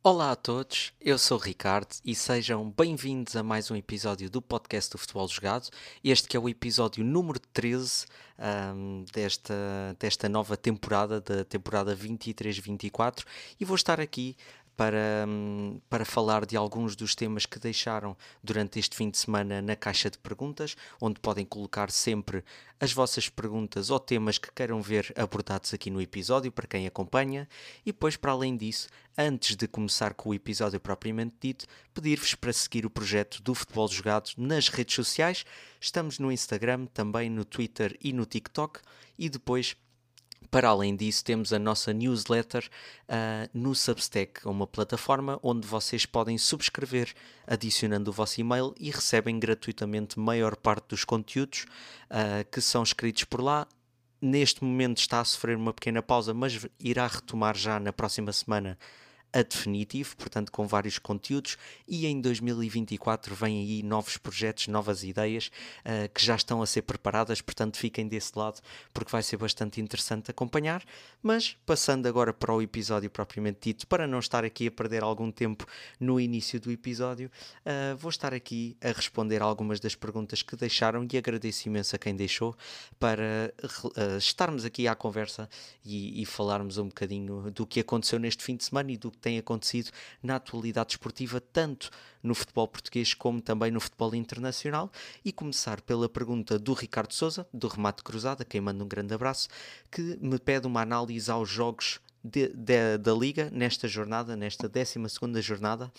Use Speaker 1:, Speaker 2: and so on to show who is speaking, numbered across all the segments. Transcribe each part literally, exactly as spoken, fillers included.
Speaker 1: Olá a todos, eu sou o Ricardo e sejam bem-vindos a mais um episódio do podcast do Futebol Jogado. Este que é o episódio número treze ahm, desta, desta nova temporada, da temporada vinte e três vinte e quatro, e vou estar aqui para, hum, para falar de alguns dos temas que deixaram durante este fim de semana na caixa de perguntas, onde podem colocar sempre as vossas perguntas ou temas que queiram ver abordados aqui no episódio, para quem acompanha. E depois, para além disso, antes de começar com o episódio propriamente dito, pedir-vos para seguir o projeto do Futebol Jogado nas redes sociais. Estamos no Instagram, também no Twitter e no TikTok. E depois, para além disso, temos a nossa newsletter uh, no Substack, uma plataforma onde vocês podem subscrever adicionando o vosso e-mail e recebem gratuitamente a maior parte dos conteúdos uh, que são escritos por lá. Neste momento está a sofrer uma pequena pausa, mas irá retomar já na próxima semana a definitivo, portanto com vários conteúdos, e em dois mil e vinte e quatro vêm aí novos projetos, novas ideias uh, que já estão a ser preparadas, portanto fiquem desse lado porque vai ser bastante interessante acompanhar. Mas passando agora para o episódio propriamente dito, para não estar aqui a perder algum tempo no início do episódio, uh, vou estar aqui a responder algumas das perguntas que deixaram e agradeço imenso a quem deixou para uh, estarmos aqui à conversa e, e falarmos um bocadinho do que aconteceu neste fim de semana e do que tem acontecido na atualidade esportiva, tanto no futebol português como também no futebol internacional. E começar pela pergunta do Ricardo Souza, do Remate Cruzado, a quem mando um grande abraço, que me pede uma análise aos jogos de, de, da Liga nesta jornada, nesta décima segunda jornada.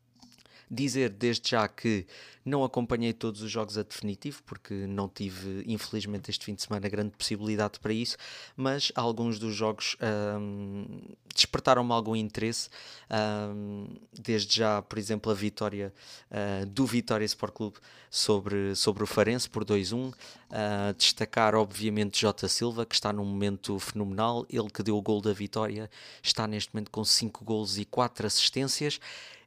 Speaker 1: Dizer desde já que não acompanhei todos os jogos a definitivo, porque não tive, infelizmente, este fim de semana grande possibilidade para isso, mas alguns dos jogos hum, despertaram-me algum interesse. Hum, desde já, por exemplo, a vitória uh, do Vitória Sport Clube sobre, sobre o Farense por dois a um. Uh, destacar, obviamente, Jota Silva, que está num momento fenomenal. Ele que deu o gol da vitória está neste momento com cinco golos e quatro assistências.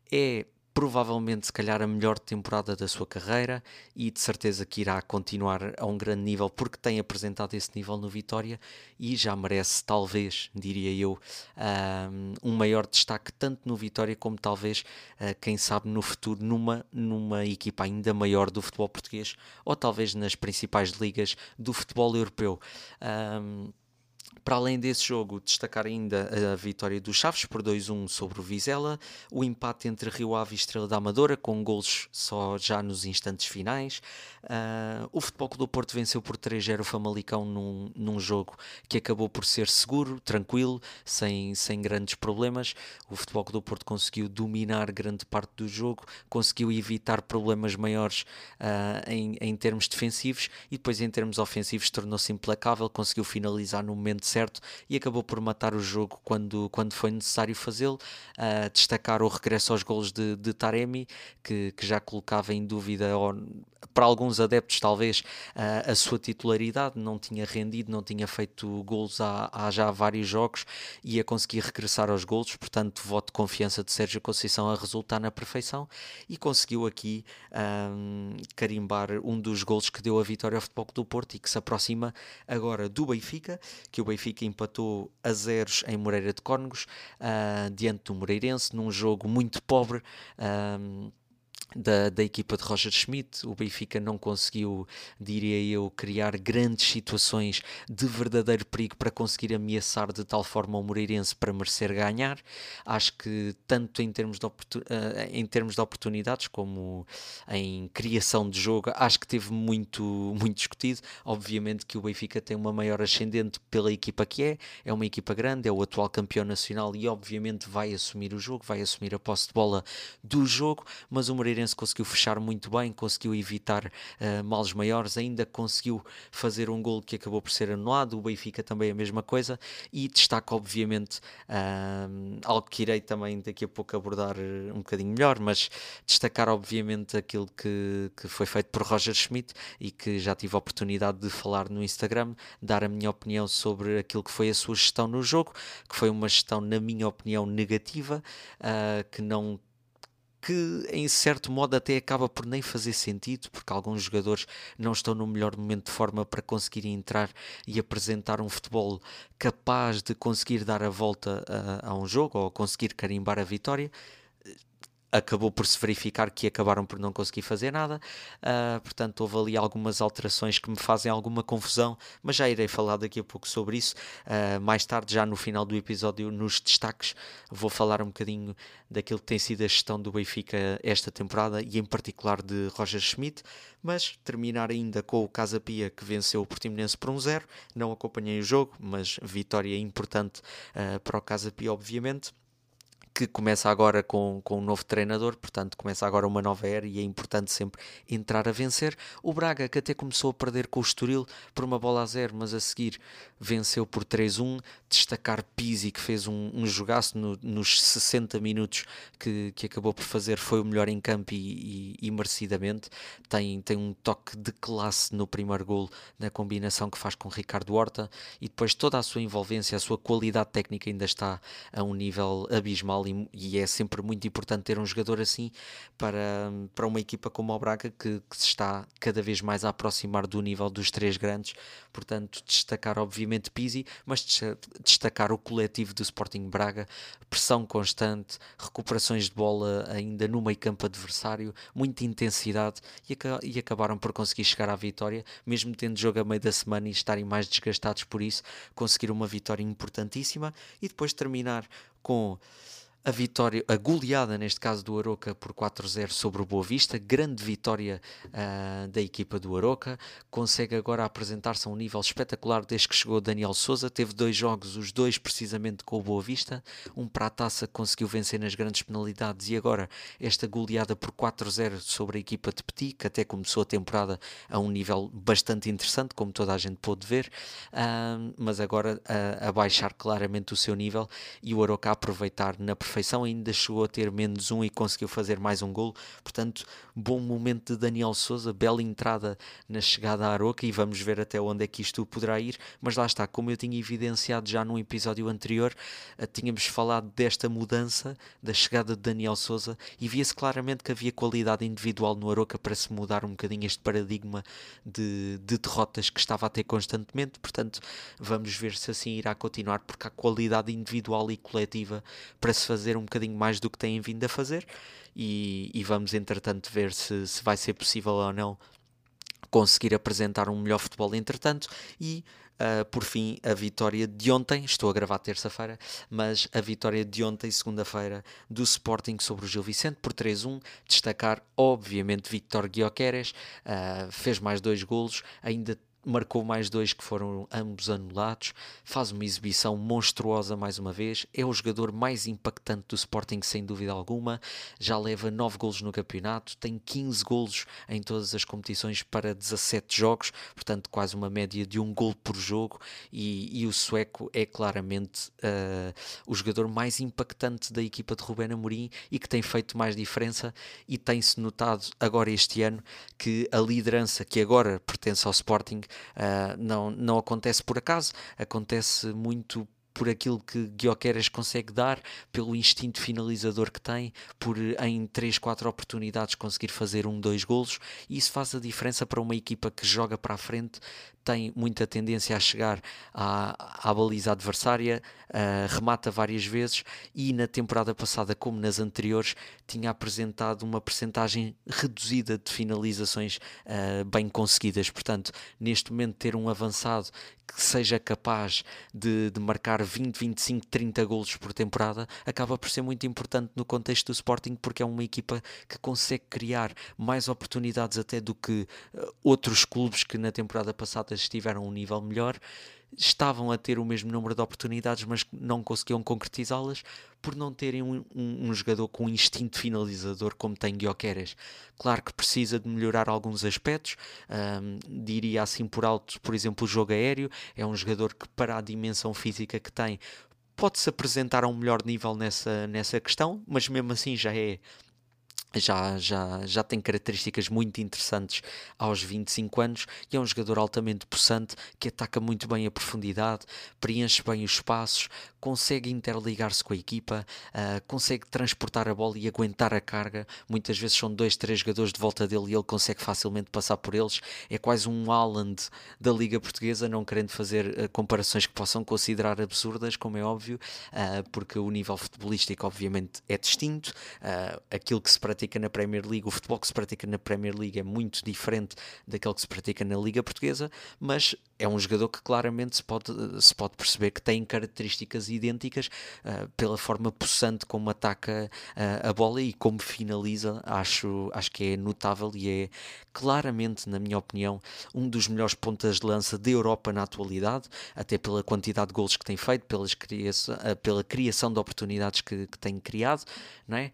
Speaker 1: É provavelmente, se calhar, a melhor temporada da sua carreira e de certeza que irá continuar a um grande nível porque tem apresentado esse nível no Vitória e já merece, talvez, diria eu, um, um maior destaque tanto no Vitória como talvez, uh, quem sabe, no futuro numa, numa equipa ainda maior do futebol português ou talvez nas principais ligas do futebol europeu. Um, Para além desse jogo, destacar ainda a vitória dos Chaves por dois a um sobre o Vizela, o empate entre Rio Ave e Estrela da Amadora, com golos só já nos instantes finais. Uh, o Futebol Clube do Porto venceu por três a zero o Famalicão num, num jogo que acabou por ser seguro, tranquilo, sem, sem grandes problemas. O Futebol Clube do Porto conseguiu dominar grande parte do jogo, conseguiu evitar problemas maiores uh, em, em termos defensivos e depois em termos ofensivos tornou-se implacável, conseguiu finalizar no momento certo e acabou por matar o jogo quando, quando foi necessário fazê-lo. Uh, destacar o regresso aos golos de, de Taremi, que, que já colocava em dúvida, ou, para alguns adeptos talvez, uh, a sua titularidade. Não tinha rendido, não tinha feito golos há, há já vários jogos, e ia conseguir regressar aos golos, portanto voto de confiança de Sérgio Conceição a resultar na perfeição, e conseguiu aqui um, carimbar um dos golos que deu a vitória ao Futebol Clube do Porto e que se aproxima agora do Benfica, que o Benfica empatou a zeros em Moreira de Cónegos, uh, diante do Moreirense, num jogo muito pobre. Um, Da, da equipa de Roger Schmidt. O Benfica não conseguiu, diria eu, criar grandes situações de verdadeiro perigo para conseguir ameaçar de tal forma o Moreirense para merecer ganhar. Acho que tanto em termos de, oportun, uh, em termos de oportunidades como em criação de jogo, acho que teve muito, muito discutido. Obviamente que o Benfica tem uma maior ascendente pela equipa que é, é uma equipa grande, é o atual campeão nacional e obviamente vai assumir o jogo, vai assumir a posse de bola do jogo, mas o Moreirense conseguiu fechar muito bem, conseguiu evitar uh, males maiores, ainda conseguiu fazer um gol que acabou por ser anulado. O Benfica também a mesma coisa, e destaco obviamente uh, algo que irei também daqui a pouco abordar um bocadinho melhor, mas destacar obviamente aquilo que, que foi feito por Roger Schmidt e que já tive a oportunidade de falar no Instagram, dar a minha opinião sobre aquilo que foi a sua gestão no jogo, que foi uma gestão, na minha opinião, negativa, uh, que não que em certo modo até acaba por nem fazer sentido, porque alguns jogadores não estão no melhor momento de forma para conseguirem entrar e apresentar um futebol capaz de conseguir dar a volta a, a um jogo ou conseguir carimbar a vitória. Acabou por se verificar que acabaram por não conseguir fazer nada, uh, portanto houve ali algumas alterações que me fazem alguma confusão, mas já irei falar daqui a pouco sobre isso. Uh, mais tarde, já no final do episódio, nos destaques, vou falar um bocadinho daquilo que tem sido a gestão do Benfica esta temporada e em particular de Roger Schmidt, mas terminar ainda com o Casa Pia, que venceu o Portimonense por um zero. Não acompanhei o jogo, mas vitória importante uh, para o Casa Pia, obviamente, que começa agora com, com um novo treinador, portanto começa agora uma nova era e é importante sempre entrar a vencer. O Braga, que até começou a perder com o Estoril por uma bola a zero, mas a seguir venceu por três a um. Destacar Pizzi, que fez um, um jogaço no, nos sessenta minutos que, que acabou por fazer, foi o melhor em campo e, e, e merecidamente. Tem, tem um toque de classe no primeiro golo, na combinação que faz com Ricardo Horta, e depois toda a sua envolvência, a sua qualidade técnica ainda está a um nível abismal. E, e é sempre muito importante ter um jogador assim para, para uma equipa como o Braga, que, que se está cada vez mais a aproximar do nível dos três grandes. Portanto, destacar obviamente Pizzi, mas destacar o coletivo do Sporting Braga, pressão constante, recuperações de bola ainda no meio campo adversário, muita intensidade, e, e acabaram por conseguir chegar à vitória, mesmo tendo jogo a meio da semana e estarem mais desgastados por isso, conseguir uma vitória importantíssima. E depois terminar com a vitória, a goleada neste caso do Aroca por quatro a zero sobre o Boa Vista. Grande vitória uh, da equipa do Aroca, consegue agora apresentar-se a um nível espetacular desde que chegou Daniel Sousa. Teve dois jogos, os dois precisamente com o Boa Vista, um para a taça, conseguiu vencer nas grandes penalidades, e agora esta goleada por quatro a zero sobre a equipa de Petit, que até começou a temporada a um nível bastante interessante, como toda a gente pôde ver, uh, mas agora uh, a baixar claramente o seu nível, e o Aroca a aproveitar na perfeição. Ainda chegou a ter menos um e conseguiu fazer mais um golo. Portanto, bom momento de Daniel Sousa, bela entrada na chegada à Aroca, e vamos ver até onde é que isto poderá ir. Mas lá está, como eu tinha evidenciado já num episódio anterior, uh, tínhamos falado desta mudança, da chegada de Daniel Sousa, e via-se claramente que havia qualidade individual no Aroca para se mudar um bocadinho este paradigma de, de derrotas que estava a ter constantemente. Portanto, vamos ver se assim irá continuar, porque há qualidade individual e coletiva para se fazer um bocadinho mais do que têm vindo a fazer, e, e vamos entretanto ver se, se vai ser possível ou não conseguir apresentar um melhor futebol entretanto. E uh, por fim, a vitória de ontem, estou a gravar terça-feira, mas a vitória de ontem, segunda-feira, do Sporting sobre o Gil Vicente por três a um. Destacar obviamente Víctor Gyökeres, uh, fez mais dois golos, ainda marcou mais dois que foram ambos anulados, faz uma exibição monstruosa mais uma vez, é o jogador mais impactante do Sporting sem dúvida alguma, já leva nove golos no campeonato, tem quinze golos em todas as competições para dezassete jogos, portanto quase uma média de um golo por jogo, e, e o sueco é claramente uh, o jogador mais impactante da equipa de Rubén Amorim e que tem feito mais diferença, e tem-se notado agora este ano que a liderança que agora pertence ao Sporting Uh, não, não acontece por acaso, acontece muito por aquilo que Gyökeres consegue dar, pelo instinto finalizador que tem, por em três, quatro oportunidades conseguir fazer um, dois golos, e isso faz a diferença para uma equipa que joga para a frente, tem muita tendência a chegar à, à baliza adversária, uh, remata várias vezes, e na temporada passada, como nas anteriores, tinha apresentado uma percentagem reduzida de finalizações uh, bem conseguidas. Portanto, neste momento ter um avançado que seja capaz de, de marcar vinte, vinte e cinco, trinta golos por temporada, acaba por ser muito importante no contexto do Sporting, porque é uma equipa que consegue criar mais oportunidades até do que uh, outros clubes que na temporada passada estiveram a um nível melhor, estavam a ter o mesmo número de oportunidades, mas não conseguiam concretizá-las por não terem um, um, um jogador com instinto finalizador como tem Gyökeres. Claro que precisa de melhorar alguns aspectos, um, diria assim por alto, por exemplo, o jogo aéreo. É um jogador que, para a dimensão física que tem, pode-se apresentar a um melhor nível nessa, nessa questão, mas mesmo assim já é já, já, já tem características muito interessantes aos vinte e cinco anos e é um jogador altamente possante que ataca muito bem a profundidade, preenche bem os espaços, consegue interligar-se com a equipa, uh, consegue transportar a bola e aguentar a carga. Muitas vezes são dois, três jogadores de volta dele e ele consegue facilmente passar por eles. É quase um Haaland da Liga Portuguesa, não querendo fazer uh, comparações que possam considerar absurdas, como é óbvio, uh, porque o nível futebolístico obviamente é distinto. Uh, aquilo que se pratica na Premier League, o futebol que se pratica na Premier League é muito diferente daquele que se pratica na Liga Portuguesa, mas é um jogador que claramente se pode, se pode perceber que tem características idênticas uh, pela forma possante como ataca uh, a bola e como finaliza. Acho, acho que é notável e é claramente, na minha opinião, um dos melhores pontas de lança da Europa na atualidade, até pela quantidade de golos que tem feito, pelas cria pela criação de oportunidades que, que tem criado, não é?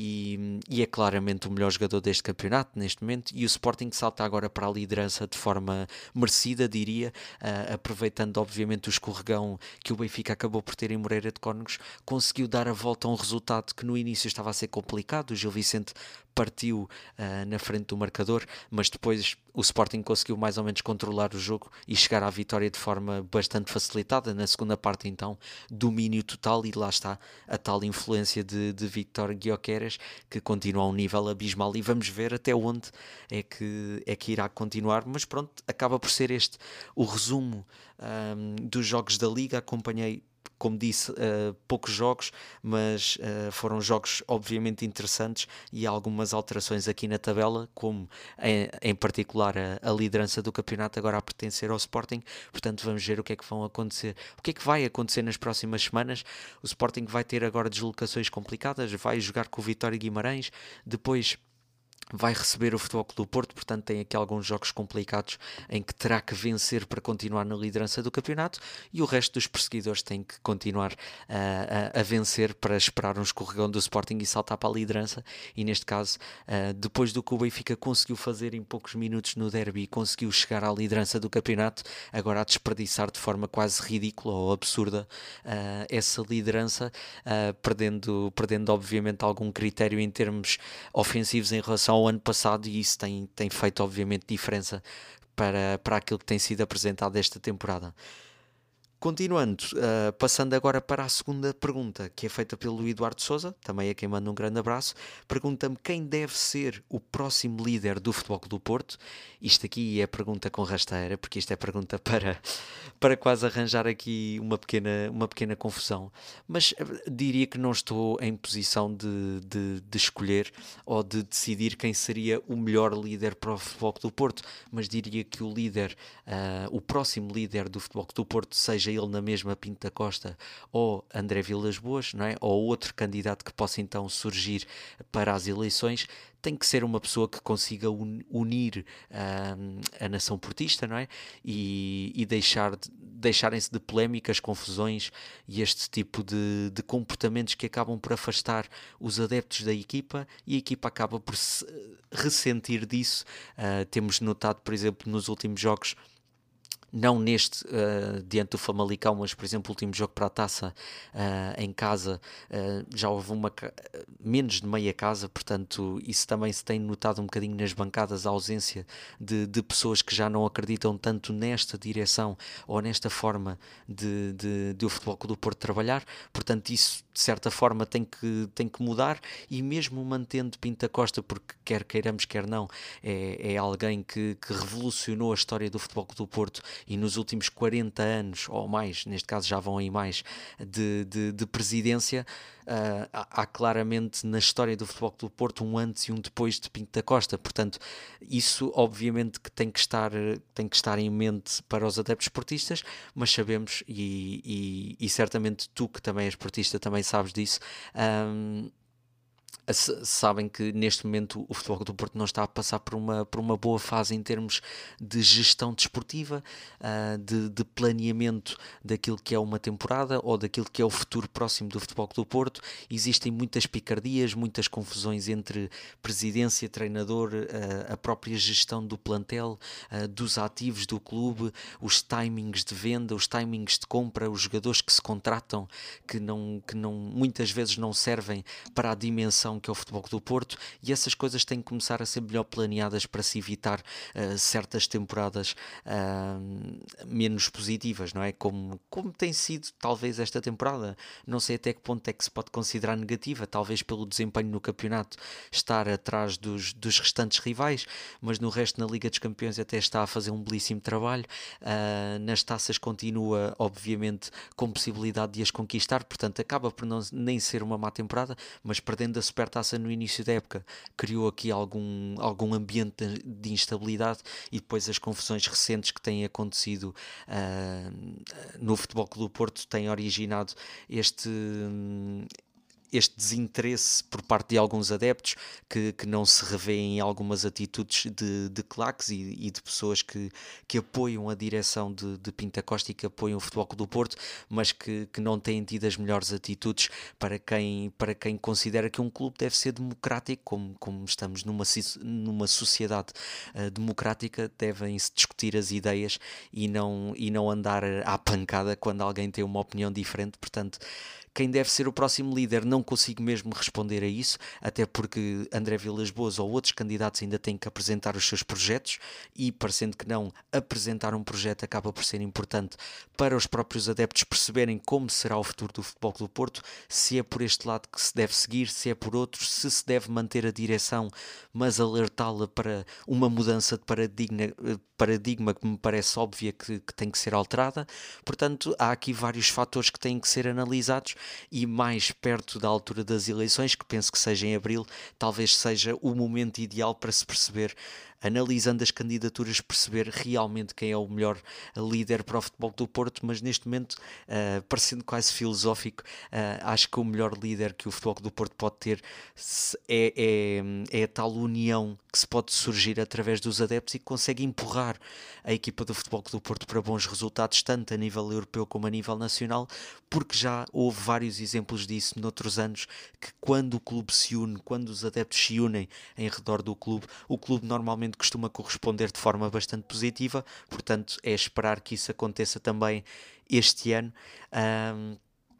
Speaker 1: E, e é claramente o melhor jogador deste campeonato neste momento, e o Sporting salta agora para a liderança de forma merecida, diria, uh, aproveitando obviamente o escorregão que o Benfica acabou por ter em Moreira de Cónegos, conseguiu dar a volta a um resultado que no início estava a ser complicado. O Gil Vicente partiu uh, na frente do marcador, mas depois o Sporting conseguiu mais ou menos controlar o jogo e chegar à vitória de forma bastante facilitada. Na segunda parte, então, domínio total, e lá está a tal influência de, de Víctor Gyökeres, que continua a um nível abismal, e vamos ver até onde é que, é que irá continuar. Mas pronto, acaba por ser este o resumo um, dos jogos da Liga. Acompanhei, como disse, uh, poucos jogos, mas uh, foram jogos obviamente interessantes e algumas alterações aqui na tabela, como em, em particular a, a liderança do campeonato agora a pertencer ao Sporting. Portanto, vamos ver o que é que vão acontecer, o que é que vai acontecer nas próximas semanas. O Sporting vai ter agora deslocações complicadas, vai jogar com o Vitória Guimarães, depois vai receber o Futebol Clube do Porto, portanto tem aqui alguns jogos complicados em que terá que vencer para continuar na liderança do campeonato, e o resto dos perseguidores tem que continuar uh, a, a vencer para esperar um escorregão do Sporting e saltar para a liderança. E neste caso, uh, depois do que o Benfica conseguiu fazer em poucos minutos no derby, conseguiu chegar à liderança do campeonato, agora a desperdiçar de forma quase ridícula ou absurda uh, essa liderança, uh, perdendo, perdendo obviamente algum critério em termos ofensivos em relação ao ano passado, e isso tem, tem feito obviamente diferença para, para aquilo que tem sido apresentado esta temporada. Continuando, uh, passando agora para a segunda pergunta, que é feita pelo Eduardo Sousa, também a quem manda um grande abraço. Pergunta-me quem deve ser o próximo líder do Futebol Clube do Porto. Isto aqui é pergunta com rasteira, porque isto é pergunta para, para quase arranjar aqui uma pequena, uma pequena confusão. Mas uh, diria que não estou em posição de, de, de escolher ou de decidir quem seria o melhor líder para o Futebol Clube do Porto, mas diria que o líder, uh, o próximo líder do Futebol Clube do Porto, seja ele na mesma Pinto da Costa ou André Vilas Boas, não é? Ou outro candidato que possa então surgir para as eleições, tem que ser uma pessoa que consiga unir uh, a nação portista, não é? E, e deixar de, deixarem-se de polémicas, confusões e este tipo de, de comportamentos que acabam por afastar os adeptos da equipa, e a equipa acaba por se ressentir disso. Uh, temos notado, por exemplo, nos últimos jogos, não neste uh, diante do Famalicão, mas por exemplo o último jogo para a Taça, uh, em casa, uh, já houve uma menos de meia casa, portanto isso também se tem notado um bocadinho nas bancadas, a ausência de, de pessoas que já não acreditam tanto nesta direção ou nesta forma de, de, de o Futebol Clube do Porto trabalhar. Portanto isso de certa forma tem que, tem que mudar, e mesmo mantendo Pinto da Costa, porque quer queiramos quer não, é, é alguém que, que revolucionou a história do Futebol Clube do Porto, e nos últimos quarenta anos, ou mais, neste caso já vão aí mais, de, de, de presidência, uh, há, há claramente na história do Futebol Clube do Porto um antes e um depois de Pinto da Costa. Portanto, isso obviamente que tem que estar, tem que estar em mente para os adeptos esportistas, mas sabemos, e, e, e certamente tu que também és esportista também sabes disso, um, sabem que neste momento o Futebol Clube do Porto não está a passar por uma, por uma boa fase em termos de gestão desportiva, uh, de, de planeamento daquilo que é uma temporada ou daquilo que é o futuro próximo do Futebol Clube do Porto. Existem muitas picardias, muitas confusões entre presidência, treinador, uh, a própria gestão do plantel, uh, dos ativos do clube, os timings de venda, os timings de compra, os jogadores que se contratam, que, não, que não, muitas vezes não servem para a dimensão tradição que é o Futebol Clube do Porto, e essas coisas têm que começar a ser melhor planeadas para se evitar uh, certas temporadas uh, menos positivas, não é? Como, como tem sido talvez esta temporada. Não sei até que ponto é que se pode considerar negativa, talvez pelo desempenho no campeonato estar atrás dos, dos restantes rivais, mas no resto na Liga dos Campeões até está a fazer um belíssimo trabalho. Uh, nas taças continua obviamente com possibilidade de as conquistar, portanto acaba por não, nem ser uma má temporada, mas perdendo a Supertaça no início da época criou aqui algum, algum ambiente de, de instabilidade, e depois as confusões recentes que têm acontecido uh, no Futebol Clube do Porto têm originado este... Um, este desinteresse por parte de alguns adeptos que, que não se revêem em algumas atitudes de, de claques e, e de pessoas que, que apoiam a direção de, de Pinto da Costa e que apoiam o Futebol Clube do Porto, mas que, que não têm tido as melhores atitudes para quem, para quem considera que um clube deve ser democrático, como, como estamos numa, numa sociedade uh, democrática, devem-se discutir as ideias e não, e não andar à pancada quando alguém tem uma opinião diferente. Portanto, quem deve ser o próximo líder, não consigo mesmo responder a isso, até porque André Vilas-Boas ou outros candidatos ainda têm que apresentar os seus projetos, e parecendo que não, apresentar um projeto acaba por ser importante para os próprios adeptos perceberem como será o futuro do Futebol Clube do Porto, se é por este lado que se deve seguir, se é por outros, se se deve manter a direção, mas alertá-la para uma mudança de paradigma, paradigma que me parece óbvia que, que tem que ser alterada. Portanto, há aqui vários fatores que têm que ser analisados, e mais perto da altura das eleições, que penso que seja em abril, talvez seja o momento ideal para se perceber, analisando as candidaturas, perceber realmente quem é o melhor líder para o Futebol do Porto. Mas neste momento, uh, parecendo quase filosófico, uh, acho que o melhor líder que o Futebol do Porto pode ter é, é, é a tal união que se pode surgir através dos adeptos e que consegue empurrar a equipa do Futebol do Porto para bons resultados, tanto a nível europeu como a nível nacional, porque já houve vários exemplos disso noutros anos, que quando o clube se une, quando os adeptos se unem em redor do clube, o clube normalmente costuma corresponder de forma bastante positiva. Portanto, é esperar que isso aconteça também este ano. Um,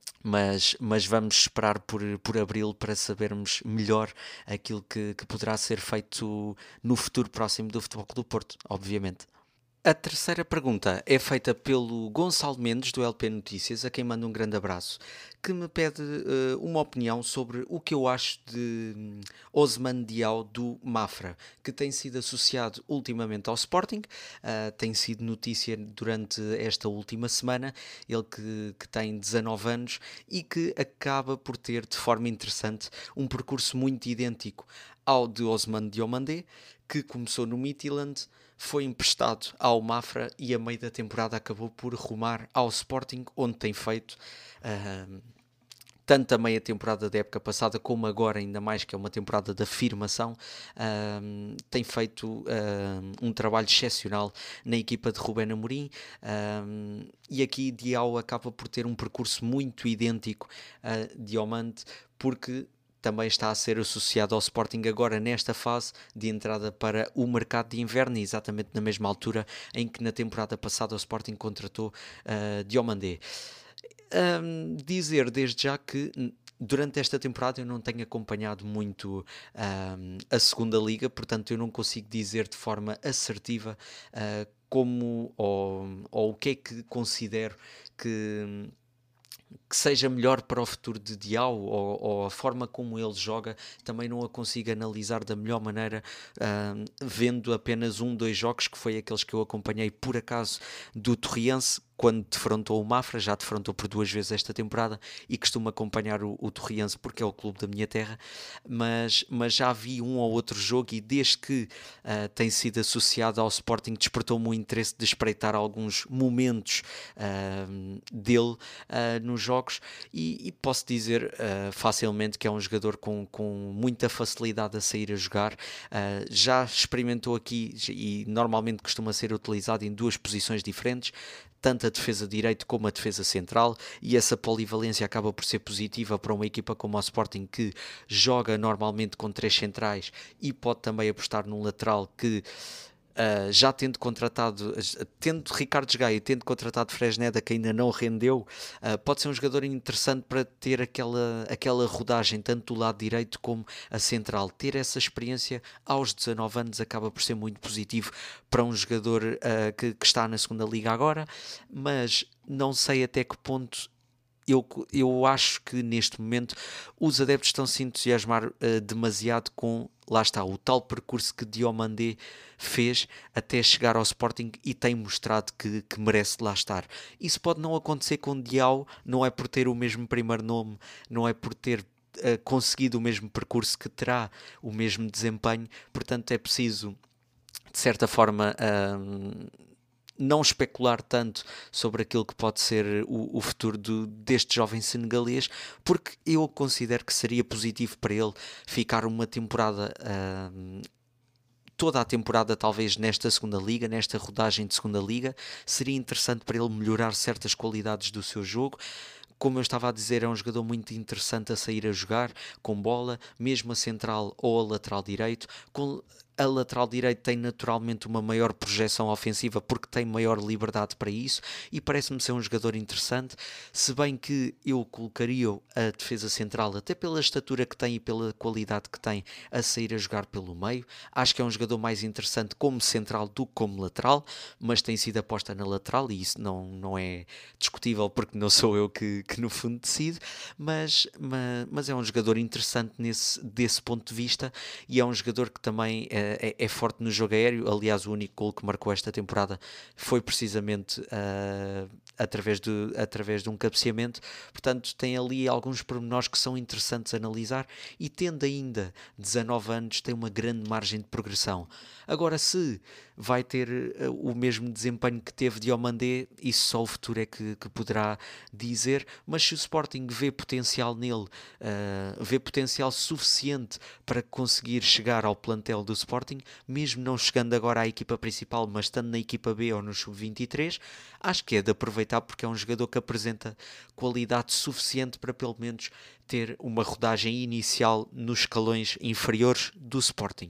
Speaker 1: Mas, mas vamos esperar por, por abril para sabermos melhor aquilo que, que poderá ser feito no futuro próximo do Futebol Clube do Porto, obviamente. A terceira pergunta é feita pelo Gonçalo Mendes, do L P Notícias, a quem mando um grande abraço, que me pede uh, uma opinião sobre o que eu acho de um, Osman Diao do Mafra, que tem sido associado ultimamente ao Sporting, uh, tem sido notícia durante esta última semana, ele que, que tem dezanove anos e que acaba por ter, de forma interessante, um percurso muito idêntico ao de Osman Diomandé, que começou no Midtjylland, foi emprestado ao Mafra e a meio da temporada acabou por rumar ao Sporting, onde tem feito uh, tanto a meia temporada da época passada como agora, ainda mais que é uma temporada de afirmação, uh, tem feito uh, um trabalho excepcional na equipa de Rubén Amorim, uh, e aqui Diao acaba por ter um percurso muito idêntico a Diomande, porque também está a ser associado ao Sporting agora nesta fase de entrada para o mercado de inverno, exatamente na mesma altura em que na temporada passada o Sporting contratou uh, Diomandé. Um, dizer desde já que durante esta temporada eu não tenho acompanhado muito um, a segunda liga, portanto eu não consigo dizer de forma assertiva uh, como ou, ou o que é que considero que que seja melhor para o futuro de Diao, ou, ou a forma como ele joga, também não a consigo analisar da melhor maneira, uh, vendo apenas um, dois jogos, que foi aqueles que eu acompanhei por acaso do Torriense, quando defrontou o Mafra, já defrontou por duas vezes esta temporada, e costumo acompanhar o, o Torriense porque é o clube da minha terra, mas, mas já vi um ou outro jogo, e desde que uh, tem sido associado ao Sporting despertou-me o interesse de espreitar alguns momentos uh, dele uh, nos jogos, e, e posso dizer uh, facilmente que é um jogador com, com muita facilidade a sair a jogar, uh, já experimentou aqui, e normalmente costuma ser utilizado em duas posições diferentes, tanto a defesa de direito como a defesa central, e essa polivalência acaba por ser positiva para uma equipa como o Sporting, que joga normalmente com três centrais e pode também apostar num lateral que Uh, já tendo contratado, uh, tendo Ricardo Gaia, tendo contratado Fresneda, que ainda não rendeu, uh, pode ser um jogador interessante para ter aquela, aquela rodagem, tanto do lado direito como a central. Ter essa experiência aos dezanove anos acaba por ser muito positivo para um jogador uh, que, que está na segunda liga agora, mas não sei até que ponto. Eu, eu acho que neste momento os adeptos estão a se entusiasmar uh, demasiado com, lá está, o tal percurso que Diomandé fez até chegar ao Sporting e tem mostrado que, que merece lá estar. Isso pode não acontecer com Diao, não é por ter o mesmo primeiro nome, não é por ter uh, conseguido o mesmo percurso que terá o mesmo desempenho, portanto é preciso, de certa forma, uh, não especular tanto sobre aquilo que pode ser o, o futuro do, deste jovem senegalês, porque eu considero que seria positivo para ele ficar uma temporada, uh, toda a temporada talvez nesta segunda liga, nesta rodagem de segunda liga. Seria interessante para ele melhorar certas qualidades do seu jogo. Como eu estava a dizer, é um jogador muito interessante a sair a jogar, com bola, mesmo a central ou a lateral direito. Com a lateral direito tem naturalmente uma maior projeção ofensiva porque tem maior liberdade para isso e parece-me ser um jogador interessante, se bem que eu colocaria a defesa central, até pela estatura que tem e pela qualidade que tem, a sair a jogar pelo meio. Acho que é um jogador mais interessante como central do que como lateral, mas tem sido aposta na lateral e isso não, não é discutível porque não sou eu que, que no fundo decido, mas, mas, mas é um jogador interessante nesse, desse ponto de vista e é um jogador que também é, é, é forte no jogo aéreo. Aliás, o único gol que marcou esta temporada foi precisamente uh, através, de, através de um cabeceamento. Portanto, tem ali alguns pormenores que são interessantes a analisar e tendo ainda dezanove anos tem uma grande margem de progressão. Agora, se vai ter uh, o mesmo desempenho que teve Diomandé, isso só o futuro é que, que poderá dizer, mas se o Sporting vê potencial nele, uh, vê potencial suficiente para conseguir chegar ao plantel do Sporting, mesmo não chegando agora à equipa principal, mas estando na equipa B ou no sub vinte e três, acho que é de aproveitar porque é um jogador que apresenta qualidade suficiente para pelo menos ter uma rodagem inicial nos escalões inferiores do Sporting.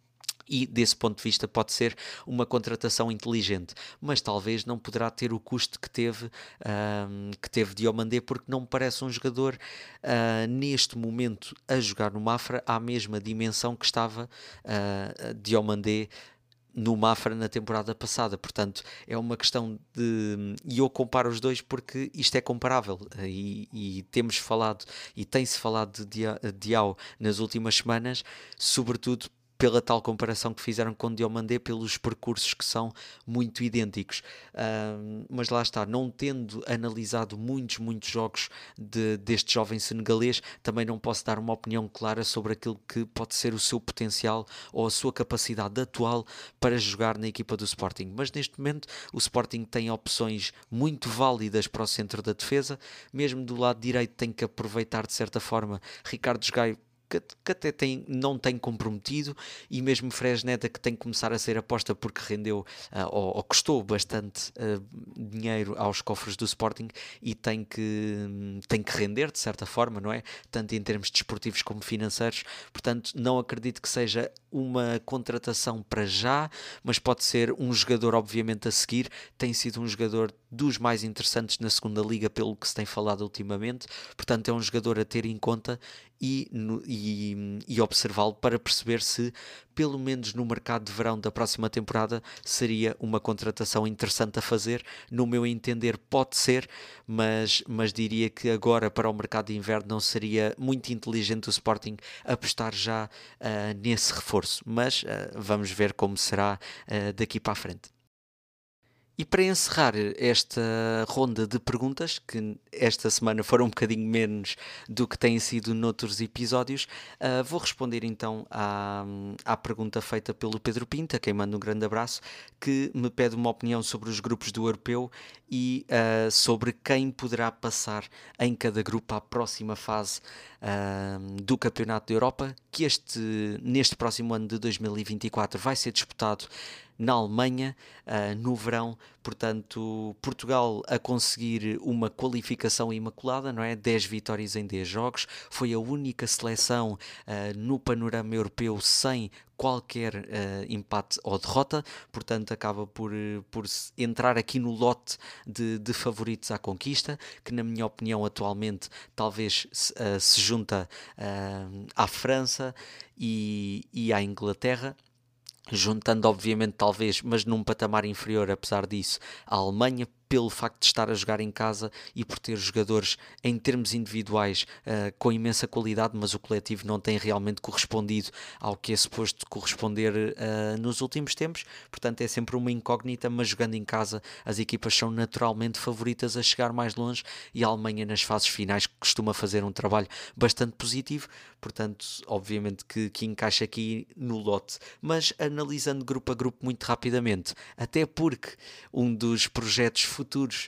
Speaker 1: E desse ponto de vista pode ser uma contratação inteligente, mas talvez não poderá ter o custo que teve, um, que teve Diomandé, porque não me parece um jogador uh, neste momento a jogar no Mafra à mesma dimensão que estava uh, Diomandé no Mafra na temporada passada. Portanto, é uma questão de... E eu comparo os dois porque isto é comparável e, e temos falado, e tem-se falado de Diao nas últimas semanas, sobretudo pela tal comparação que fizeram com Diomandé, pelos percursos que são muito idênticos. Uh, mas lá está, não tendo analisado muitos, muitos jogos de, deste jovem senegalês, também não posso dar uma opinião clara sobre aquilo que pode ser o seu potencial ou a sua capacidade atual para jogar na equipa do Sporting. Mas neste momento o Sporting tem opções muito válidas para o centro da defesa, mesmo do lado direito tem que aproveitar de certa forma Ricardo Gaio, Que, que até tem, não tem comprometido, e mesmo Fresneda, que tem que começar a ser aposta porque rendeu uh, ou, ou custou bastante uh, dinheiro aos cofres do Sporting e tem que, tem que render de certa forma, não é? Tanto em termos desportivos como financeiros. Portanto, não acredito que seja uma contratação para já, mas pode ser um jogador obviamente a seguir. Tem sido um jogador dos mais interessantes na segunda liga pelo que se tem falado ultimamente, portanto é um jogador a ter em conta e, no, e, e observá-lo para perceber se pelo menos no mercado de verão da próxima temporada seria uma contratação interessante a fazer. No meu entender pode ser, mas, mas diria que agora para o mercado de inverno não seria muito inteligente o Sporting apostar já uh, nesse reforço, mas uh, vamos ver como será uh, daqui para a frente. E para encerrar esta ronda de perguntas, que esta semana foram um bocadinho menos do que têm sido noutros episódios, uh, vou responder então à, à pergunta feita pelo Pedro Pinta, quem manda um grande abraço, que me pede uma opinião sobre os grupos do Europeu e uh, sobre quem poderá passar em cada grupo à próxima fase uh, do Campeonato da Europa, que este, neste próximo ano de dois mil e vinte e quatro vai ser disputado na Alemanha uh, no verão. Portanto, Portugal a conseguir uma qualificação imaculada, não é? dez vitórias em dez jogos, foi a única seleção uh, no panorama europeu sem qualquer uh, empate ou derrota, portanto acaba por, por entrar aqui no lote de, de favoritos à conquista, que na minha opinião atualmente talvez uh, se junta uh, à França e, e à Inglaterra, juntando obviamente talvez, mas num patamar inferior apesar disso, a Alemanha, pelo facto de estar a jogar em casa e por ter jogadores em termos individuais uh, com imensa qualidade, mas o coletivo não tem realmente correspondido ao que é suposto corresponder uh, nos últimos tempos. Portanto é sempre uma incógnita, mas jogando em casa as equipas são naturalmente favoritas a chegar mais longe, e a Alemanha nas fases finais costuma fazer um trabalho bastante positivo, portanto obviamente que, que encaixa aqui no lote. Mas analisando grupo a grupo muito rapidamente, até porque um dos projetos futuros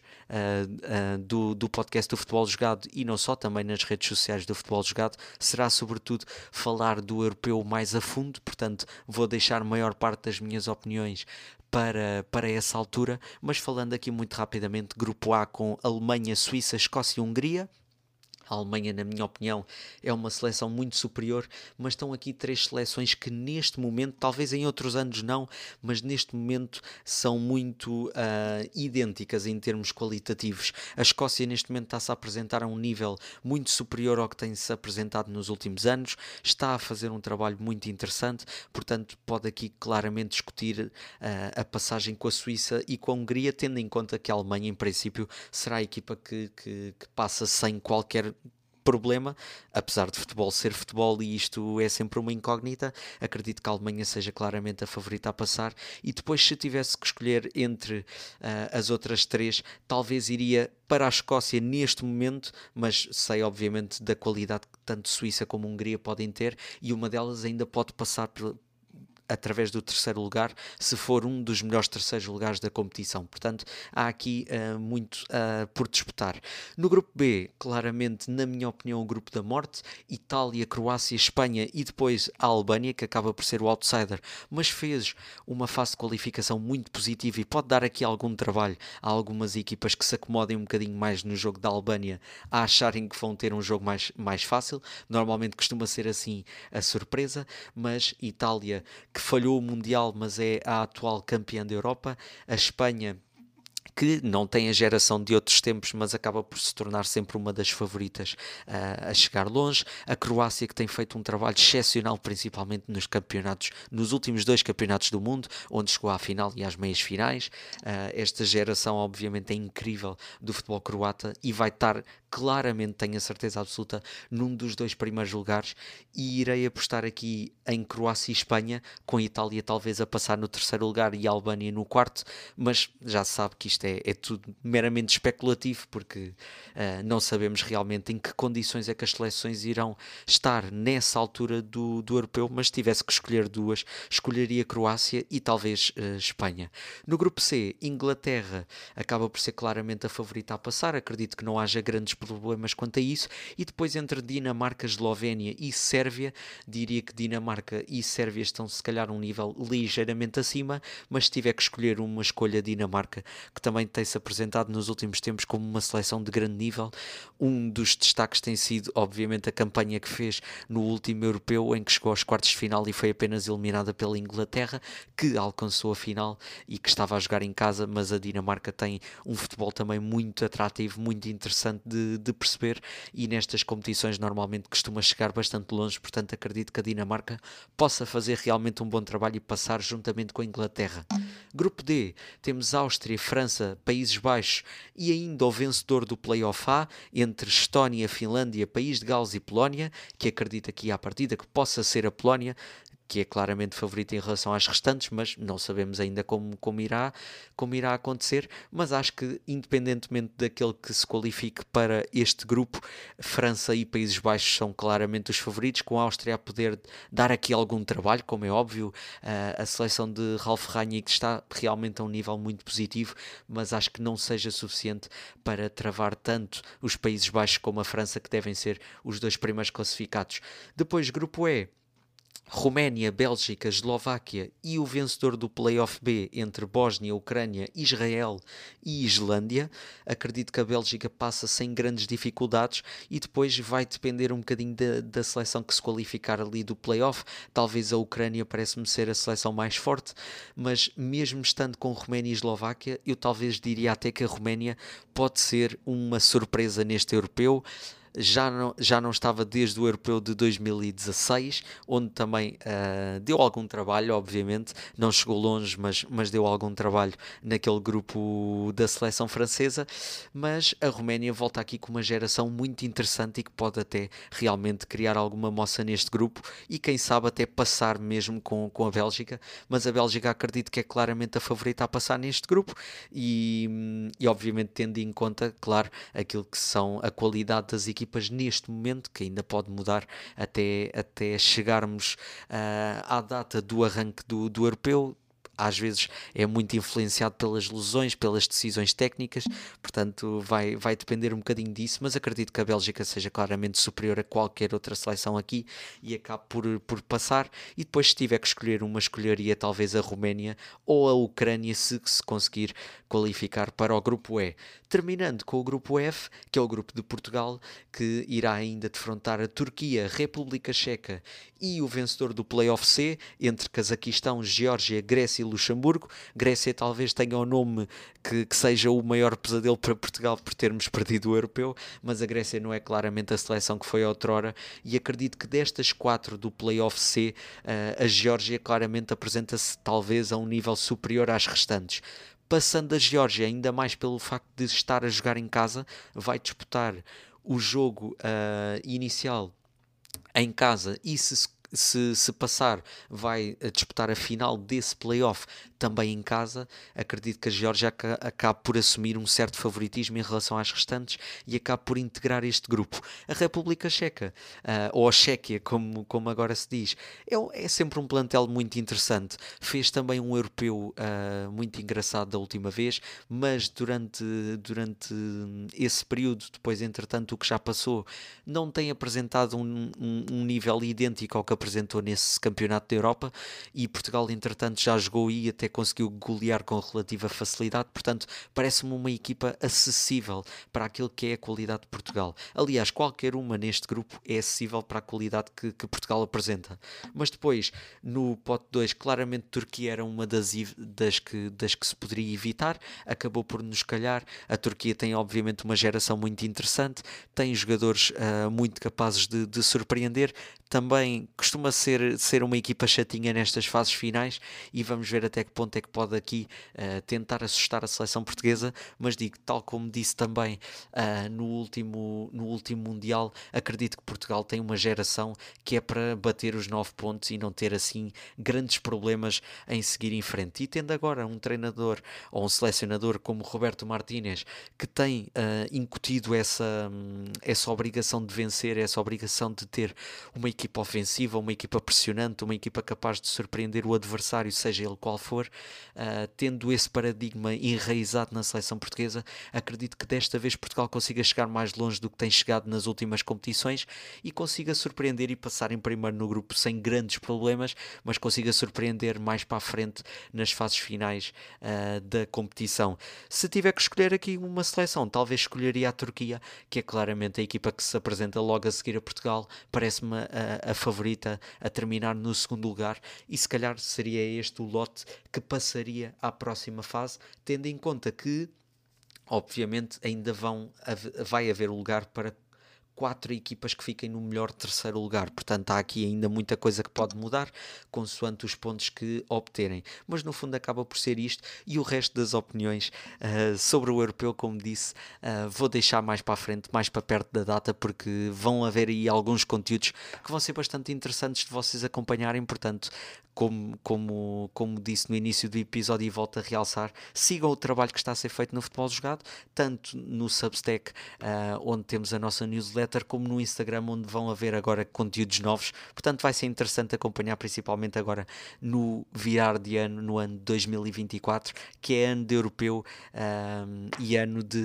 Speaker 1: uh, uh, do, do podcast do Futebol Jogado, e não só, também nas redes sociais do Futebol Jogado, será sobretudo falar do europeu mais a fundo. Portanto vou deixar a maior parte das minhas opiniões para, para essa altura, mas falando aqui muito rapidamente, grupo A com Alemanha, Suíça, Escócia e Hungria. A Alemanha, na minha opinião, é uma seleção muito superior, mas estão aqui três seleções que neste momento, talvez em outros anos não, mas neste momento são muito uh, idênticas em termos qualitativos. A Escócia neste momento está-se a apresentar a um nível muito superior ao que tem-se apresentado nos últimos anos, está a fazer um trabalho muito interessante, portanto pode aqui claramente discutir uh, a passagem com a Suíça e com a Hungria, tendo em conta que a Alemanha em princípio será a equipa que, que, que passa sem qualquer problema, apesar de futebol ser futebol e isto é sempre uma incógnita. Acredito que a Alemanha seja claramente a favorita a passar, e depois, se tivesse que escolher entre uh, as outras três, talvez iria para a Escócia neste momento, mas sei obviamente da qualidade que tanto Suíça como Hungria podem ter, e uma delas ainda pode passar por, através do terceiro lugar, se for um dos melhores terceiros lugares da competição. Portanto, há aqui uh, muito uh, por disputar. No grupo B, claramente, na minha opinião, o grupo da morte: Itália, Croácia, Espanha e depois a Albânia, que acaba por ser o outsider, mas fez uma fase de qualificação muito positiva e pode dar aqui algum trabalho a algumas equipas que se acomodem um bocadinho mais no jogo da Albânia, a acharem que vão ter um jogo mais, mais fácil. Normalmente costuma ser assim a surpresa, mas Itália, que falhou o Mundial, mas é a atual campeã da Europa. A Espanha, que não tem a geração de outros tempos, mas acaba por se tornar sempre uma das favoritas uh, a chegar longe. A Croácia, que tem feito um trabalho excepcional, principalmente nos campeonatos, nos últimos dois campeonatos do mundo, onde chegou à final e às meias finais. Uh, esta geração, obviamente, é incrível do futebol croata e vai estar claramente, tenho a certeza absoluta, num dos dois primeiros lugares, e irei apostar aqui em Croácia e Espanha, com a Itália talvez a passar no terceiro lugar e a Albânia no quarto, mas já se sabe que isto é, é tudo meramente especulativo, porque uh, não sabemos realmente em que condições é que as seleções irão estar nessa altura do, do europeu, mas se tivesse que escolher duas, escolheria Croácia e talvez uh, Espanha. No grupo C, Inglaterra acaba por ser claramente a favorita a passar, acredito que não haja grandes problemas quanto a isso, e depois entre Dinamarca, Eslovénia e Sérvia, diria que Dinamarca e Sérvia estão se calhar um nível ligeiramente acima, mas se tiver que escolher uma escolha, Dinamarca, que também tem-se apresentado nos últimos tempos como uma seleção de grande nível. Um dos destaques tem sido obviamente a campanha que fez no último europeu, em que chegou aos quartos de final e foi apenas eliminada pela Inglaterra, que alcançou a final e que estava a jogar em casa, mas a Dinamarca tem um futebol também muito atrativo, muito interessante de De, perceber, e nestas competições normalmente costuma chegar bastante longe, portanto acredito que a Dinamarca possa fazer realmente um bom trabalho e passar juntamente com a Inglaterra. Grupo D, temos Áustria, França, Países Baixos e ainda o vencedor do Play-off A, entre Estónia, Finlândia, País de Gales e Polónia, que acredito aqui à partida que possa ser a Polónia, que é claramente favorita em relação às restantes, mas não sabemos ainda como, como, irá, como irá acontecer. Mas acho que, independentemente daquele que se qualifique para este grupo, França e Países Baixos são claramente os favoritos, com a Áustria a poder dar aqui algum trabalho, como é óbvio. Uh, a seleção de Ralf Rangnick está realmente a um nível muito positivo, mas acho que não seja suficiente para travar tanto os Países Baixos como a França, que devem ser os dois primeiros classificados. Depois, grupo E, Roménia, Bélgica, Eslováquia e o vencedor do Play-off B entre Bósnia, Ucrânia, Israel e Islândia. Acredito que a Bélgica passa sem grandes dificuldades e depois vai depender um bocadinho da, da seleção que se qualificar ali do Play-off. Talvez a Ucrânia parece-me ser a seleção mais forte, mas mesmo estando com Roménia e Eslováquia, eu talvez diria até que a Roménia pode ser uma surpresa neste europeu. Já não, já não estava desde o Europeu de dois mil e dezasseis, onde também uh, deu algum trabalho, obviamente, não chegou longe, mas, mas deu algum trabalho naquele grupo da seleção francesa, mas a Roménia volta aqui com uma geração muito interessante e que pode até realmente criar alguma moça neste grupo e quem sabe até passar mesmo com, com a Bélgica, mas a Bélgica acredito que é claramente a favorita a passar neste grupo e, e obviamente tendo em conta, claro, aquilo que são a qualidade das equipas neste momento, que ainda pode mudar até, até chegarmos uh, à data do arranque do, do europeu. Às vezes é muito influenciado pelas lesões, pelas decisões técnicas, portanto vai, vai depender um bocadinho disso, mas acredito que a Bélgica seja claramente superior a qualquer outra seleção aqui e acabe por, por passar, e depois se tiver que escolher uma, escolheria talvez a Roménia ou a Ucrânia se, se conseguir qualificar para o grupo E. Terminando com o grupo F, que é o grupo de Portugal, que irá ainda defrontar a Turquia, República Checa e o vencedor do Play-off C, entre Cazaquistão, Geórgia, Grécia e Luxemburgo. Grécia talvez tenha o nome que, que seja o maior pesadelo para Portugal por termos perdido o europeu, mas a Grécia não é claramente a seleção que foi outrora, e acredito que destas quatro do Play-off C, uh, a Geórgia claramente apresenta-se talvez a um nível superior às restantes. Passando a Geórgia, ainda mais pelo facto de estar a jogar em casa, vai disputar o jogo uh, inicial em casa e se, se, se passar vai disputar a final desse play-off também em casa. Acredito que a Geórgia acabe por assumir um certo favoritismo em relação às restantes e acabe por integrar este grupo. A República Checa, uh, ou a Chequia, como, como agora se diz, é, é sempre um plantel muito interessante. Fez também um europeu uh, muito engraçado da última vez, mas durante, durante esse período, depois entretanto o que já passou, não tem apresentado um, um, um nível idêntico ao que apresentou nesse campeonato da Europa, e Portugal entretanto já jogou e até conseguiu golear com relativa facilidade, portanto parece-me uma equipa acessível para aquilo que é a qualidade de Portugal. Aliás, qualquer uma neste grupo é acessível para a qualidade que, que Portugal apresenta. Mas depois, no pote dois, claramente Turquia era uma das, das, que, das que se poderia evitar, acabou por nos calhar. A Turquia tem obviamente uma geração muito interessante, tem jogadores uh, muito capazes de, de surpreender, também costuma ser, ser uma equipa chatinha nestas fases finais, e vamos ver até que ponto é que pode aqui uh, tentar assustar a seleção portuguesa. Mas digo, tal como disse também uh, no, último, no último Mundial, acredito que Portugal tem uma geração que é para bater os nove pontos e não ter assim grandes problemas em seguir em frente. E tendo agora um treinador ou um selecionador como Roberto Martínez, que tem uh, incutido essa, um, essa obrigação de vencer, essa obrigação de ter uma equipa ofensiva, uma equipa pressionante, uma equipa capaz de surpreender o adversário, seja ele qual for, uh, tendo esse paradigma enraizado na seleção portuguesa, acredito que desta vez Portugal consiga chegar mais longe do que tem chegado nas últimas competições e consiga surpreender e passar em primeiro no grupo sem grandes problemas, mas consiga surpreender mais para a frente nas fases finais uh, da competição. Se tiver que escolher aqui uma seleção, talvez escolheria a Turquia, que é claramente a equipa que se apresenta logo a seguir a Portugal, parece-me a, a favorita a terminar no segundo lugar, e se calhar seria este o lote que passaria à próxima fase, tendo em conta que obviamente ainda vão, vai haver lugar para quatro equipas que fiquem no melhor terceiro lugar, portanto há aqui ainda muita coisa que pode mudar consoante os pontos que obterem, mas no fundo acaba por ser isto, e o resto das opiniões uh, sobre o europeu, como disse, uh, vou deixar mais para a frente, mais para perto da data, porque vão haver aí alguns conteúdos que vão ser bastante interessantes de vocês acompanharem, portanto Como, como, como disse no início do episódio e volto a realçar, sigam o trabalho que está a ser feito no Futebol Jogado, tanto no Substack, uh, onde temos a nossa newsletter, como no Instagram, onde vão haver agora conteúdos novos. Portanto vai ser interessante acompanhar, principalmente agora no virar de ano, no ano dois mil e vinte e quatro, que é ano de europeu um, e ano de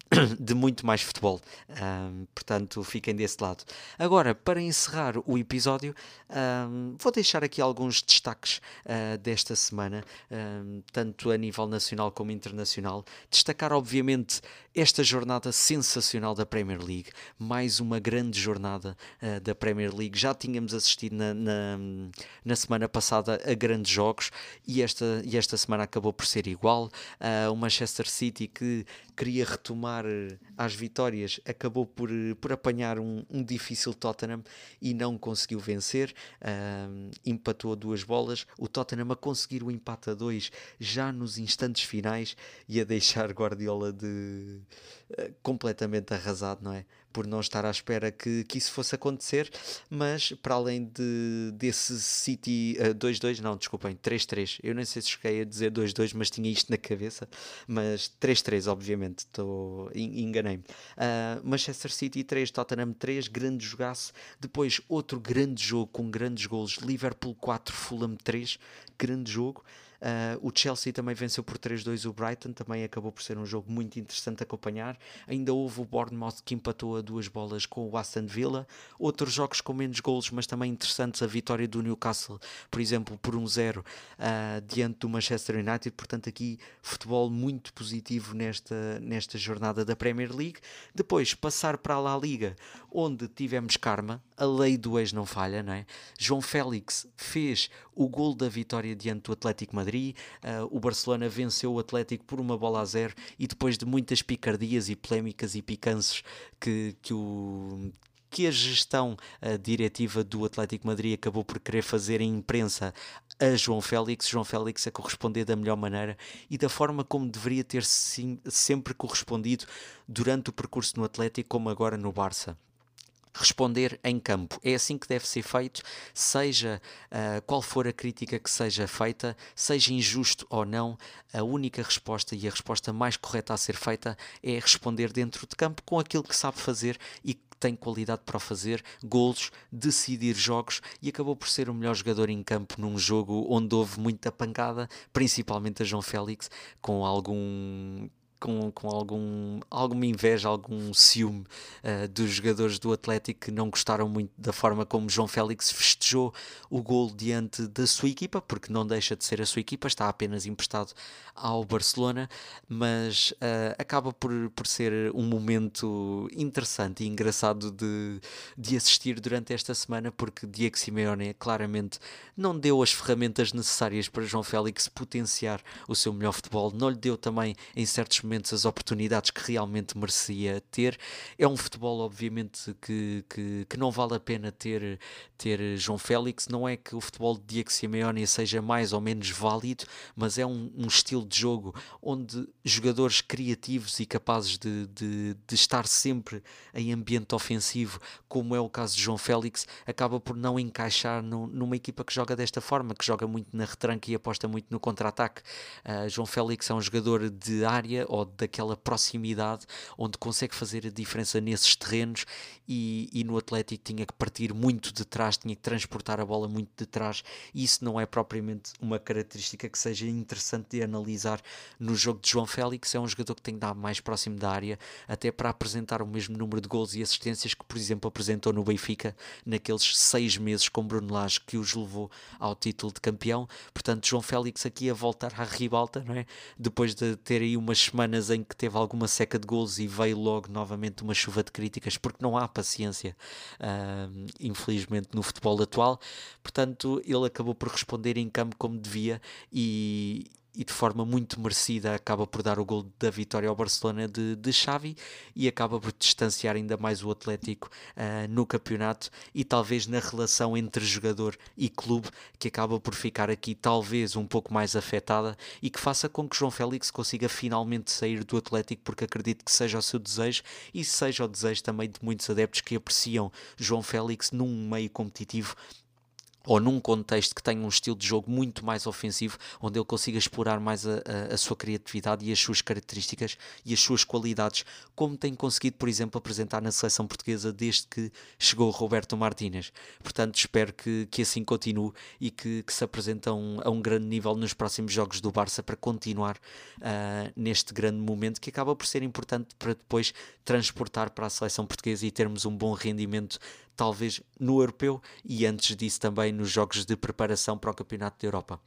Speaker 1: de muito mais futebol. Um, portanto, fiquem desse lado. Agora, para encerrar o episódio, um, vou deixar aqui alguns destaques uh, desta semana, um, tanto a nível nacional como internacional. Destacar, obviamente, esta jornada sensacional da Premier League, mais uma grande jornada uh, da Premier League. Já tínhamos assistido na, na, na semana passada a grandes jogos e esta, e esta semana acabou por ser igual. Uh, o Manchester City, que queria retomar às vitórias, acabou por, por apanhar um, um difícil Tottenham e não conseguiu vencer, um, empatou a duas bolas, o Tottenham a conseguir o empate a dois já nos instantes finais e a deixar Guardiola de, uh, completamente arrasado, não é? Por não estar à espera que, que isso fosse acontecer, mas para além de, desse City uh, dois dois, não, desculpem, três três, eu nem sei se cheguei a dizer dois dois, mas tinha isto na cabeça, mas três três, obviamente, estou, enganei-me. Uh, Manchester City três, Tottenham três, grande jogaço. Depois outro grande jogo com grandes golos, Liverpool quatro, Fulham três, grande jogo. Uh, o Chelsea também venceu por três dois o Brighton, também acabou por ser um jogo muito interessante de acompanhar. Ainda houve o Bournemouth que empatou a duas bolas com o Aston Villa. Outros jogos com menos golos, mas também interessantes, a vitória do Newcastle, por exemplo, por um zero uh, diante do Manchester United. Portanto, aqui futebol muito positivo nesta, nesta jornada da Premier League. Depois passar para a La Liga, onde tivemos karma, a lei do ex não falha, não é? João Félix fez o gol da vitória diante do Atlético Madrid, uh, o Barcelona venceu o Atlético por uma bola a zero e depois de muitas picardias e polémicas e picanços que, que o... que a gestão a diretiva do Atlético Madrid acabou por querer fazer em imprensa a João Félix, João Félix a corresponder da melhor maneira e da forma como deveria ter sim, sempre correspondido durante o percurso no Atlético, como agora no Barça. Responder em campo. É assim que deve ser feito, seja uh, qual for a crítica que seja feita, seja injusto ou não, a única resposta e a resposta mais correta a ser feita é responder dentro de campo com aquilo que sabe fazer e que tem qualidade para o fazer, golos, decidir jogos e acabou por ser o melhor jogador em campo num jogo onde houve muita pancada, principalmente a João Félix, com algum... Com, com algum, alguma inveja, algum ciúme uh, dos jogadores do Atlético que não gostaram muito da forma como João Félix festejou o gol diante da sua equipa, porque não deixa de ser a sua equipa, está apenas emprestado ao Barcelona, mas uh, acaba por, por ser um momento interessante e engraçado de, de assistir durante esta semana, porque Diego Simeone claramente não deu as ferramentas necessárias para João Félix potenciar o seu melhor futebol, não lhe deu também em certos momentos as oportunidades que realmente merecia ter. É um futebol obviamente que, que, que não vale a pena ter, ter João Félix, não é que o futebol de Diego Simeone seja mais ou menos válido, mas é um, um estilo de jogo onde jogadores criativos e capazes de, de, de estar sempre em ambiente ofensivo, como é o caso de João Félix, acaba por não encaixar no, numa equipa que joga desta forma, que joga muito na retranca e aposta muito no contra-ataque. Uh, João Félix é um jogador de área ou daquela proximidade onde consegue fazer a diferença nesses terrenos e, e no Atlético tinha que partir muito de trás, tinha que transportar a bola muito de trás e isso não é propriamente uma característica que seja interessante de analisar no jogo de João Félix. É um jogador que tem que estar mais próximo da área até para apresentar o mesmo número de gols e assistências que, por exemplo, apresentou no Benfica naqueles seis meses com Bruno Lage que os levou ao título de campeão. Portanto, João Félix aqui a voltar à ribalta, não é? Depois de ter aí umas semanas em que teve alguma seca de gols e veio logo novamente uma chuva de críticas, porque não há paciência, uh, infelizmente, no futebol atual. Portanto, ele acabou por responder em campo como devia e, e de forma muito merecida acaba por dar o gol da vitória ao Barcelona de, de Xavi e acaba por distanciar ainda mais o Atlético uh, no campeonato e talvez na relação entre jogador e clube, que acaba por ficar aqui talvez um pouco mais afetada e que faça com que João Félix consiga finalmente sair do Atlético, porque acredito que seja o seu desejo e seja o desejo também de muitos adeptos que apreciam João Félix num meio competitivo ou num contexto que tenha um estilo de jogo muito mais ofensivo, onde ele consiga explorar mais a, a, a sua criatividade e as suas características e as suas qualidades, como tem conseguido, por exemplo, apresentar na seleção portuguesa desde que chegou o Roberto Martínez. Portanto, espero que, que assim continue e que, que se apresente a um, a um grande nível nos próximos jogos do Barça para continuar uh, neste grande momento que acaba por ser importante para depois transportar para a seleção portuguesa e termos um bom rendimento talvez no europeu e antes disso também nos jogos de preparação para o Campeonato da Europa.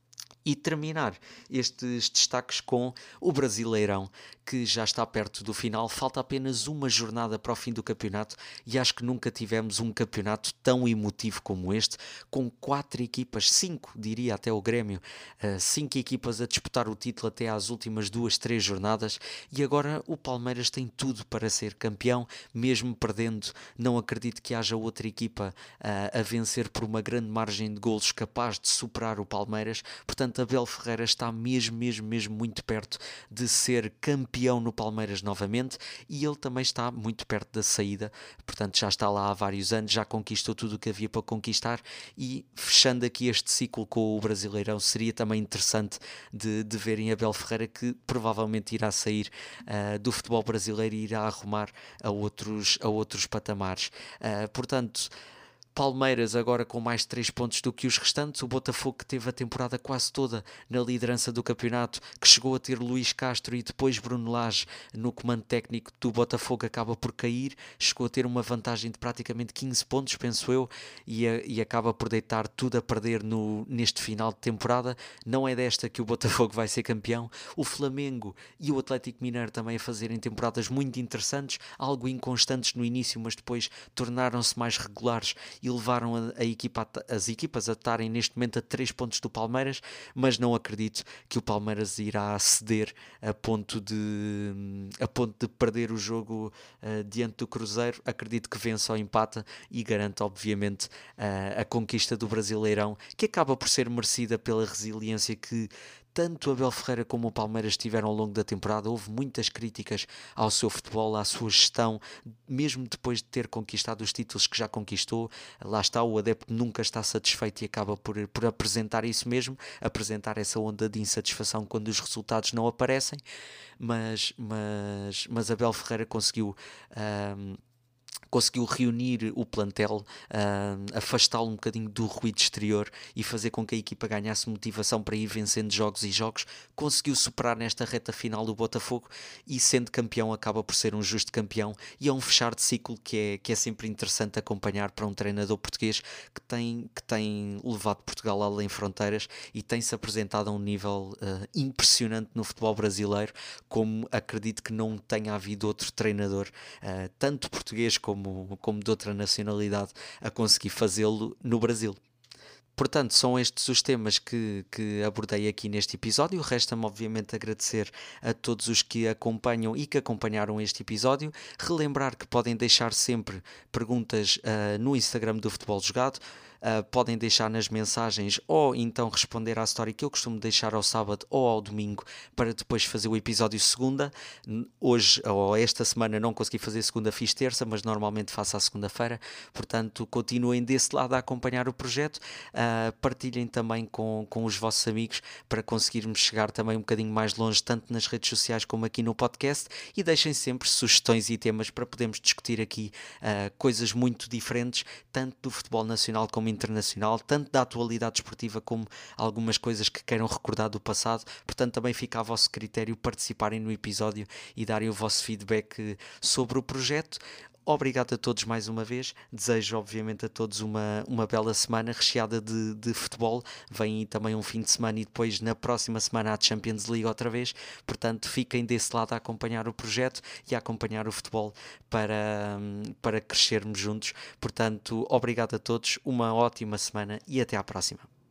Speaker 1: E terminar estes destaques com o Brasileirão, que já está perto do final, falta apenas uma jornada para o fim do campeonato e acho que nunca tivemos um campeonato tão emotivo como este, com quatro equipas, cinco diria até o Grêmio, cinco equipas a disputar o título até às últimas duas, três jornadas e agora o Palmeiras tem tudo para ser campeão, mesmo perdendo, não acredito que haja outra equipa a vencer por uma grande margem de golos capaz de superar o Palmeiras, portanto Abel Ferreira está mesmo, mesmo, mesmo muito perto de ser campeão no Palmeiras novamente e ele também está muito perto da saída, portanto já está lá há vários anos, já conquistou tudo o que havia para conquistar e fechando aqui este ciclo com o Brasileirão seria também interessante de, de verem Abel Ferreira que provavelmente irá sair uh, do futebol brasileiro e irá arrumar a outros, a outros patamares. Uh, portanto, Palmeiras agora com mais três pontos do que os restantes, o Botafogo que teve a temporada quase toda na liderança do campeonato, que chegou a ter Luís Castro e depois Bruno Lage no comando técnico do Botafogo acaba por cair, chegou a ter uma vantagem de praticamente quinze pontos, penso eu, e, a, e acaba por deitar tudo a perder no, neste final de temporada. Não é desta que o Botafogo vai ser campeão. O Flamengo e o Atlético Mineiro também a fazerem temporadas muito interessantes, algo inconstantes no início, mas depois tornaram-se mais regulares e levaram a, a equipa, as equipas a estarem neste momento a três pontos do Palmeiras, mas não acredito que o Palmeiras irá ceder a ponto de, a ponto de perder o jogo uh, diante do Cruzeiro. Acredito que vença ou empata e garante obviamente uh, a conquista do Brasileirão, que acaba por ser merecida pela resiliência que tanto Abel Ferreira como o Palmeiras tiveram ao longo da temporada. Houve muitas críticas ao seu futebol, à sua gestão, mesmo depois de ter conquistado os títulos que já conquistou. Lá está, o adepto nunca está satisfeito e acaba por, por apresentar isso mesmo, apresentar essa onda de insatisfação quando os resultados não aparecem, mas, mas, mas Abel Ferreira conseguiu... Um, conseguiu reunir o plantel, uh, afastá-lo um bocadinho do ruído exterior e fazer com que a equipa ganhasse motivação para ir vencendo jogos e jogos. Conseguiu superar nesta reta final do Botafogo e sendo campeão acaba por ser um justo campeão e é um fechar de ciclo que é, que é sempre interessante acompanhar para um treinador português que tem, que tem levado Portugal além fronteiras e tem-se apresentado a um nível uh, impressionante no futebol brasileiro, como acredito que não tenha havido outro treinador, uh, tanto português como Como, como de outra nacionalidade, a conseguir fazê-lo no Brasil. Portanto, são estes os temas que, que abordei aqui neste episódio. Resta-me, obviamente, agradecer a todos os que acompanham e que acompanharam este episódio. Relembrar que podem deixar sempre perguntas uh, no Instagram do Futebol Jogado. Uh, podem deixar nas mensagens ou então responder à story que eu costumo deixar ao sábado ou ao domingo para depois fazer o episódio segunda. Hoje ou esta semana não consegui fazer segunda, fiz terça, mas normalmente faço à segunda-feira. Portanto, continuem desse lado a acompanhar o projeto. Uh, partilhem também com, com os vossos amigos para conseguirmos chegar também um bocadinho mais longe, tanto nas redes sociais como aqui no podcast, e deixem sempre sugestões e temas para podermos discutir aqui uh, coisas muito diferentes, tanto do futebol nacional como internacional, tanto da atualidade desportiva como algumas coisas que queiram recordar do passado. Portanto, também fica a vosso critério participarem no episódio e darem o vosso feedback sobre o projeto. Obrigado a todos mais uma vez, desejo obviamente a todos uma, uma bela semana recheada de, de futebol. Vem aí também um fim de semana e depois na próxima semana a Champions League outra vez, portanto fiquem desse lado a acompanhar o projeto e a acompanhar o futebol para, para crescermos juntos. Portanto, obrigado a todos, uma ótima semana e até à próxima.